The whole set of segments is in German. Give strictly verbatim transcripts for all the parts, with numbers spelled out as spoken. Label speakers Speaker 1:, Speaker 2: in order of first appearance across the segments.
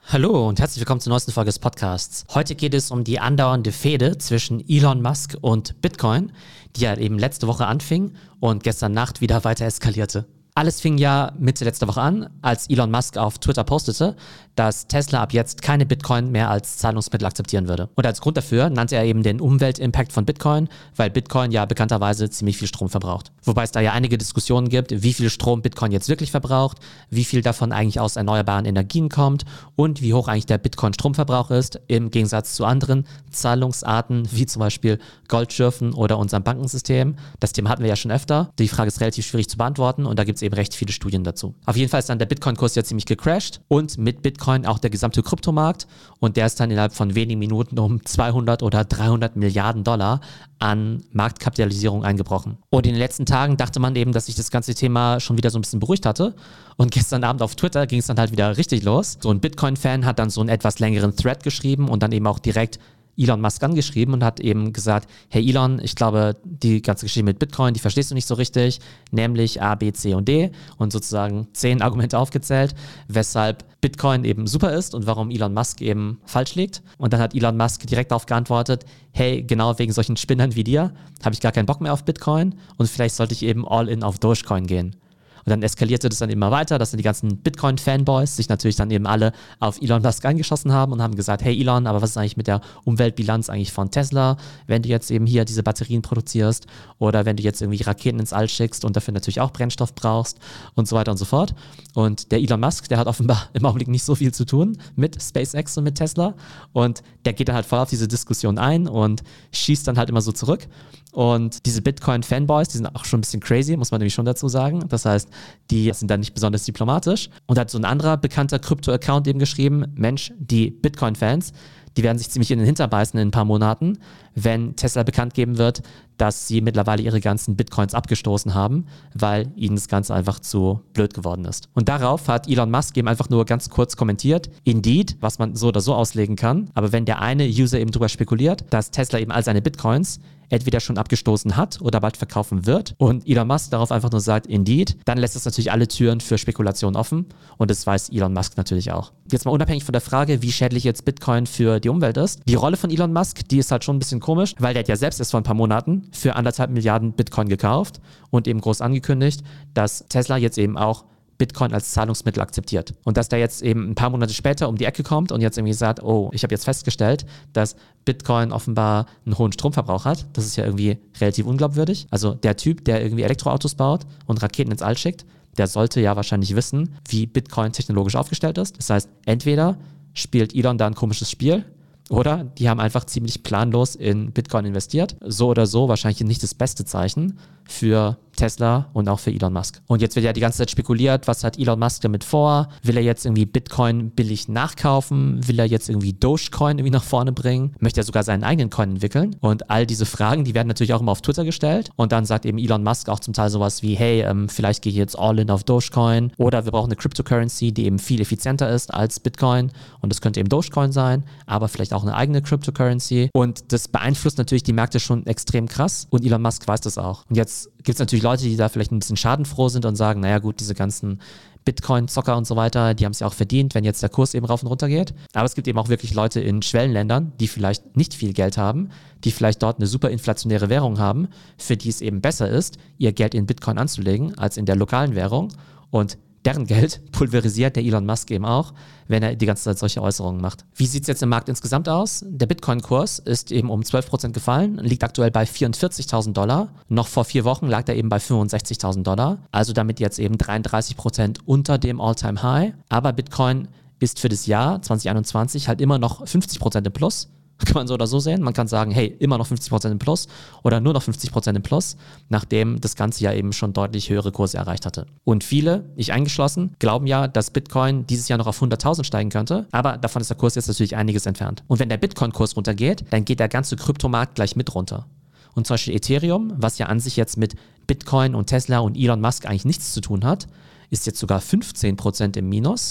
Speaker 1: Hallo und herzlich willkommen zur neuesten Folge des Podcasts. Heute geht es um die andauernde Fehde zwischen Elon Musk und Bitcoin, die ja eben letzte Woche anfing und gestern Nacht wieder weiter eskalierte. Alles fing ja Mitte letzter Woche an, als Elon Musk auf Twitter postete, dass Tesla ab jetzt keine Bitcoin mehr als Zahlungsmittel akzeptieren würde. Und als Grund dafür nannte er eben den Umweltimpact von Bitcoin, weil Bitcoin ja bekannterweise ziemlich viel Strom verbraucht. Wobei es da ja einige Diskussionen gibt, wie viel Strom Bitcoin jetzt wirklich verbraucht, wie viel davon eigentlich aus erneuerbaren Energien kommt und wie hoch eigentlich der Bitcoin-Stromverbrauch ist, im Gegensatz zu anderen Zahlungsarten, wie zum Beispiel Goldschürfen oder unserem Bankensystem. Das Thema hatten wir ja schon öfter. Die Frage ist relativ schwierig zu beantworten und da gibt es eben recht viele Studien dazu. Auf jeden Fall ist dann der Bitcoin-Kurs ja ziemlich gecrashed und mit Bitcoin auch der gesamte Kryptomarkt und der ist dann innerhalb von wenigen Minuten um zweihundert oder dreihundert Milliarden Dollar an Marktkapitalisierung eingebrochen. Und in den letzten Tagen dachte man eben, dass sich das ganze Thema schon wieder so ein bisschen beruhigt hatte und gestern Abend auf Twitter ging es dann halt wieder richtig los. So ein Bitcoin-Fan hat dann so einen etwas längeren Thread geschrieben und dann eben auch direkt Elon Musk angeschrieben und hat eben gesagt, hey Elon, ich glaube, die ganze Geschichte mit Bitcoin, die verstehst du nicht so richtig, nämlich A, B, C und D und sozusagen zehn Argumente aufgezählt, weshalb Bitcoin eben super ist und warum Elon Musk eben falsch liegt. Und dann hat Elon Musk direkt darauf geantwortet, hey, genau wegen solchen Spinnern wie dir habe ich gar keinen Bock mehr auf Bitcoin und vielleicht sollte ich eben all in auf Dogecoin gehen. Und dann eskalierte das dann immer weiter, dass dann die ganzen Bitcoin-Fanboys sich natürlich dann eben alle auf Elon Musk eingeschossen haben und haben gesagt, hey Elon, aber was ist eigentlich mit der Umweltbilanz eigentlich von Tesla, wenn du jetzt eben hier diese Batterien produzierst oder wenn du jetzt irgendwie Raketen ins All schickst und dafür natürlich auch Brennstoff brauchst und so weiter und so fort. Und der Elon Musk, der hat offenbar im Augenblick nicht so viel zu tun mit SpaceX und mit Tesla und der geht dann halt voll auf diese Diskussion ein und schießt dann halt immer so zurück. Und diese Bitcoin-Fanboys, die sind auch schon ein bisschen crazy, muss man nämlich schon dazu sagen. Das heißt, die sind dann nicht besonders diplomatisch. Und da hat so ein anderer bekannter Krypto-Account eben geschrieben, Mensch, die Bitcoin-Fans, die werden sich ziemlich in den Hintern beißen in ein paar Monaten, wenn Tesla bekannt geben wird, dass sie mittlerweile ihre ganzen Bitcoins abgestoßen haben, weil ihnen das Ganze einfach zu blöd geworden ist. Und darauf hat Elon Musk eben einfach nur ganz kurz kommentiert, indeed, was man so oder so auslegen kann, aber wenn der eine User eben drüber spekuliert, dass Tesla eben all seine Bitcoins entweder schon abgestoßen hat oder bald verkaufen wird und Elon Musk darauf einfach nur sagt, indeed, dann lässt es natürlich alle Türen für Spekulationen offen und das weiß Elon Musk natürlich auch. Jetzt mal unabhängig von der Frage, wie schädlich jetzt Bitcoin für die Umwelt ist, die Rolle von Elon Musk, die ist halt schon ein bisschen komisch, weil der hat ja selbst erst vor ein paar Monaten für anderthalb Milliarden Bitcoin gekauft und eben groß angekündigt, dass Tesla jetzt eben auch Bitcoin als Zahlungsmittel akzeptiert. Und dass der jetzt eben ein paar Monate später um die Ecke kommt und jetzt irgendwie sagt, oh, ich habe jetzt festgestellt, dass Bitcoin offenbar einen hohen Stromverbrauch hat. Das ist ja irgendwie relativ unglaubwürdig. Also der Typ, der irgendwie Elektroautos baut und Raketen ins All schickt, der sollte ja wahrscheinlich wissen, wie Bitcoin technologisch aufgestellt ist. Das heißt, entweder spielt Elon da ein komisches Spiel, oder die haben einfach ziemlich planlos in Bitcoin investiert. So oder so wahrscheinlich nicht das beste Zeichen für Tesla und auch für Elon Musk. Und jetzt wird ja die ganze Zeit spekuliert, was hat Elon Musk damit vor? Will er jetzt irgendwie Bitcoin billig nachkaufen? Will er jetzt irgendwie Dogecoin irgendwie nach vorne bringen? Möchte er sogar seinen eigenen Coin entwickeln? Und all diese Fragen, die werden natürlich auch immer auf Twitter gestellt. Und dann sagt eben Elon Musk auch zum Teil sowas wie, hey, ähm, vielleicht gehe ich jetzt all in auf Dogecoin oder wir brauchen eine Cryptocurrency, die eben viel effizienter ist als Bitcoin. Und das könnte eben Dogecoin sein, aber vielleicht auch eine eigene Cryptocurrency. Und das beeinflusst natürlich die Märkte schon extrem krass. Und Elon Musk weiß das auch. Und jetzt gibt es natürlich Leute, die da vielleicht ein bisschen schadenfroh sind und sagen, naja gut, diese ganzen Bitcoin-Zocker und so weiter, die haben es ja auch verdient, wenn jetzt der Kurs eben rauf und runter geht. Aber es gibt eben auch wirklich Leute in Schwellenländern, die vielleicht nicht viel Geld haben, die vielleicht dort eine super inflationäre Währung haben, für die es eben besser ist, ihr Geld in Bitcoin anzulegen, als in der lokalen Währung. Und deren Geld pulverisiert der Elon Musk eben auch, wenn er die ganze Zeit solche Äußerungen macht. Wie sieht es jetzt im Markt insgesamt aus? Der Bitcoin-Kurs ist eben um zwölf Prozent gefallen, liegt aktuell bei vierundvierzigtausend Dollar. Noch vor vier Wochen lag er eben bei fünfundsechzigtausend Dollar, also damit jetzt eben dreiunddreißig Prozent unter dem All-Time-High. Aber Bitcoin ist für das Jahr zwanzig einundzwanzig halt immer noch fünfzig Prozent im Plus. Kann man so oder so sehen. Man kann sagen, hey, immer noch fünfzig Prozent im Plus oder nur noch fünfzig Prozent im Plus, nachdem das Ganze ja eben schon deutlich höhere Kurse erreicht hatte. Und viele, ich eingeschlossen, glauben ja, dass Bitcoin dieses Jahr noch auf hunderttausend steigen könnte, aber davon ist der Kurs jetzt natürlich einiges entfernt. Und wenn der Bitcoin-Kurs runtergeht, dann geht der ganze Kryptomarkt gleich mit runter. Und zum Beispiel Ethereum, was ja an sich jetzt mit Bitcoin und Tesla und Elon Musk eigentlich nichts zu tun hat, ist jetzt sogar fünfzehn Prozent im Minus.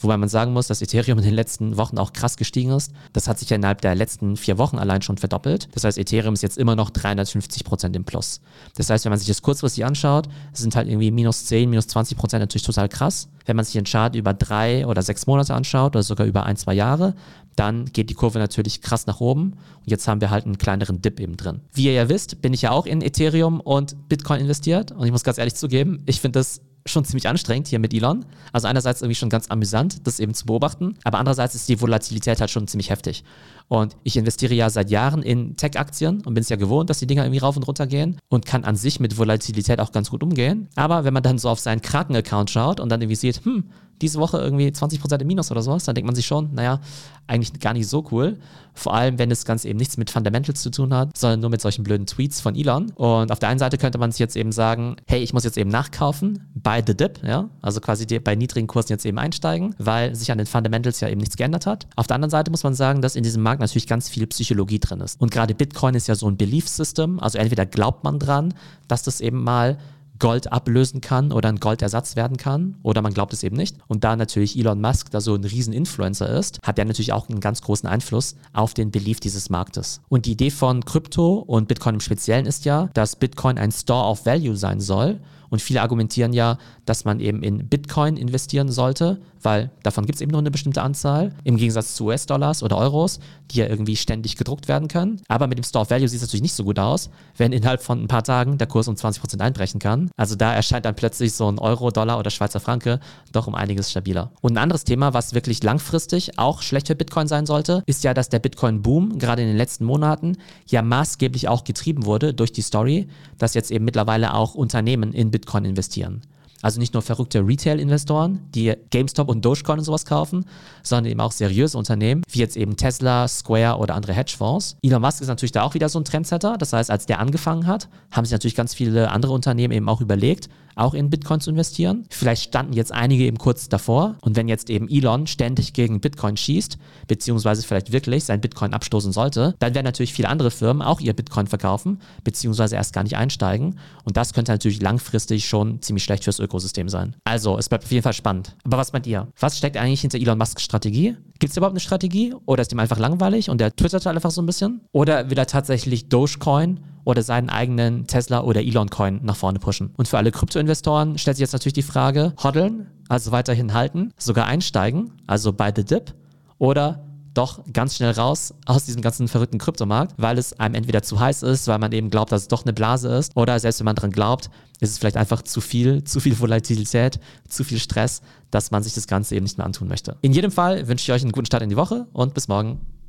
Speaker 1: Wobei man sagen muss, dass Ethereum in den letzten Wochen auch krass gestiegen ist. Das hat sich ja innerhalb der letzten vier Wochen allein schon verdoppelt. Das heißt, Ethereum ist jetzt immer noch dreihundertfünfzig Prozent im Plus. Das heißt, wenn man sich das kurzfristig anschaut, sind halt irgendwie minus zehn, minus zwanzig Prozent natürlich total krass. Wenn man sich den Chart über drei oder sechs Monate anschaut oder sogar über ein, zwei Jahre, dann geht die Kurve natürlich krass nach oben und jetzt haben wir halt einen kleineren Dip eben drin. Wie ihr ja wisst, bin ich ja auch in Ethereum und Bitcoin investiert und ich muss ganz ehrlich zugeben, ich finde das schon ziemlich anstrengend hier mit Elon. Also einerseits irgendwie schon ganz amüsant, das eben zu beobachten, aber andererseits ist die Volatilität halt schon ziemlich heftig. Und ich investiere ja seit Jahren in Tech-Aktien und bin es ja gewohnt, dass die Dinger irgendwie rauf und runter gehen und kann an sich mit Volatilität auch ganz gut umgehen. Aber wenn man dann so auf seinen Kraken-Account schaut und dann irgendwie sieht, hm, diese Woche irgendwie zwanzig Prozent im Minus oder sowas, dann denkt man sich schon, naja, eigentlich gar nicht so cool. Vor allem, wenn das Ganze eben nichts mit Fundamentals zu tun hat, sondern nur mit solchen blöden Tweets von Elon. Und auf der einen Seite könnte man sich jetzt eben sagen, hey, ich muss jetzt eben nachkaufen bei the dip, ja, also quasi die, bei niedrigen Kursen jetzt eben einsteigen, weil sich an den Fundamentals ja eben nichts geändert hat. Auf der anderen Seite muss man sagen, dass in diesem Markt natürlich ganz viel Psychologie drin ist. Und gerade Bitcoin ist ja so ein Belief System, also entweder glaubt man dran, dass das eben mal Gold ablösen kann oder ein Goldersatz werden kann oder man glaubt es eben nicht. Und da natürlich Elon Musk da so ein riesen Influencer ist, hat er natürlich auch einen ganz großen Einfluss auf den Belief dieses Marktes. Und die Idee von Krypto und Bitcoin im Speziellen ist ja, dass Bitcoin ein Store of Value sein soll. Und viele argumentieren ja, dass man eben in Bitcoin investieren sollte, weil davon gibt es eben nur eine bestimmte Anzahl, im Gegensatz zu U S-Dollars oder Euros, die ja irgendwie ständig gedruckt werden können. Aber mit dem Store of Value sieht es natürlich nicht so gut aus, wenn innerhalb von ein paar Tagen der Kurs um zwanzig Prozent einbrechen kann. Also da erscheint dann plötzlich so ein Euro, Dollar oder Schweizer Franke doch um einiges stabiler. Und ein anderes Thema, was wirklich langfristig auch schlecht für Bitcoin sein sollte, ist ja, dass der Bitcoin-Boom gerade in den letzten Monaten ja maßgeblich auch getrieben wurde durch die Story, dass jetzt eben mittlerweile auch Unternehmen in Bitcoin investieren. Also nicht nur verrückte Retail-Investoren, die GameStop und Dogecoin und sowas kaufen, sondern eben auch seriöse Unternehmen, wie jetzt eben Tesla, Square oder andere Hedgefonds. Elon Musk ist natürlich da auch wieder so ein Trendsetter. Das heißt, als der angefangen hat, haben sich natürlich ganz viele andere Unternehmen eben auch überlegt, auch in Bitcoin zu investieren. Vielleicht standen jetzt einige eben kurz davor und wenn jetzt eben Elon ständig gegen Bitcoin schießt, beziehungsweise vielleicht wirklich sein Bitcoin abstoßen sollte, dann werden natürlich viele andere Firmen auch ihr Bitcoin verkaufen, beziehungsweise erst gar nicht einsteigen und das könnte natürlich langfristig schon ziemlich schlecht fürs Ökosystem sein. Also, es bleibt auf jeden Fall spannend. Aber was meint ihr? Was steckt eigentlich hinter Elon Musks Strategie? Gibt es überhaupt eine Strategie oder ist ihm einfach langweilig und der twittert einfach so ein bisschen? Oder will er tatsächlich Dogecoin oder seinen eigenen Tesla oder Elon-Coin nach vorne pushen? Und für alle Kryptoinvestoren stellt sich jetzt natürlich die Frage, hoddeln, also weiterhin halten, sogar einsteigen, also bei the dip, oder doch ganz schnell raus aus diesem ganzen verrückten Kryptomarkt, weil es einem entweder zu heiß ist, weil man eben glaubt, dass es doch eine Blase ist, oder selbst wenn man dran glaubt, ist es vielleicht einfach zu viel, zu viel Volatilität, zu viel Stress, dass man sich das Ganze eben nicht mehr antun möchte. In jedem Fall wünsche ich euch einen guten Start in die Woche und bis morgen.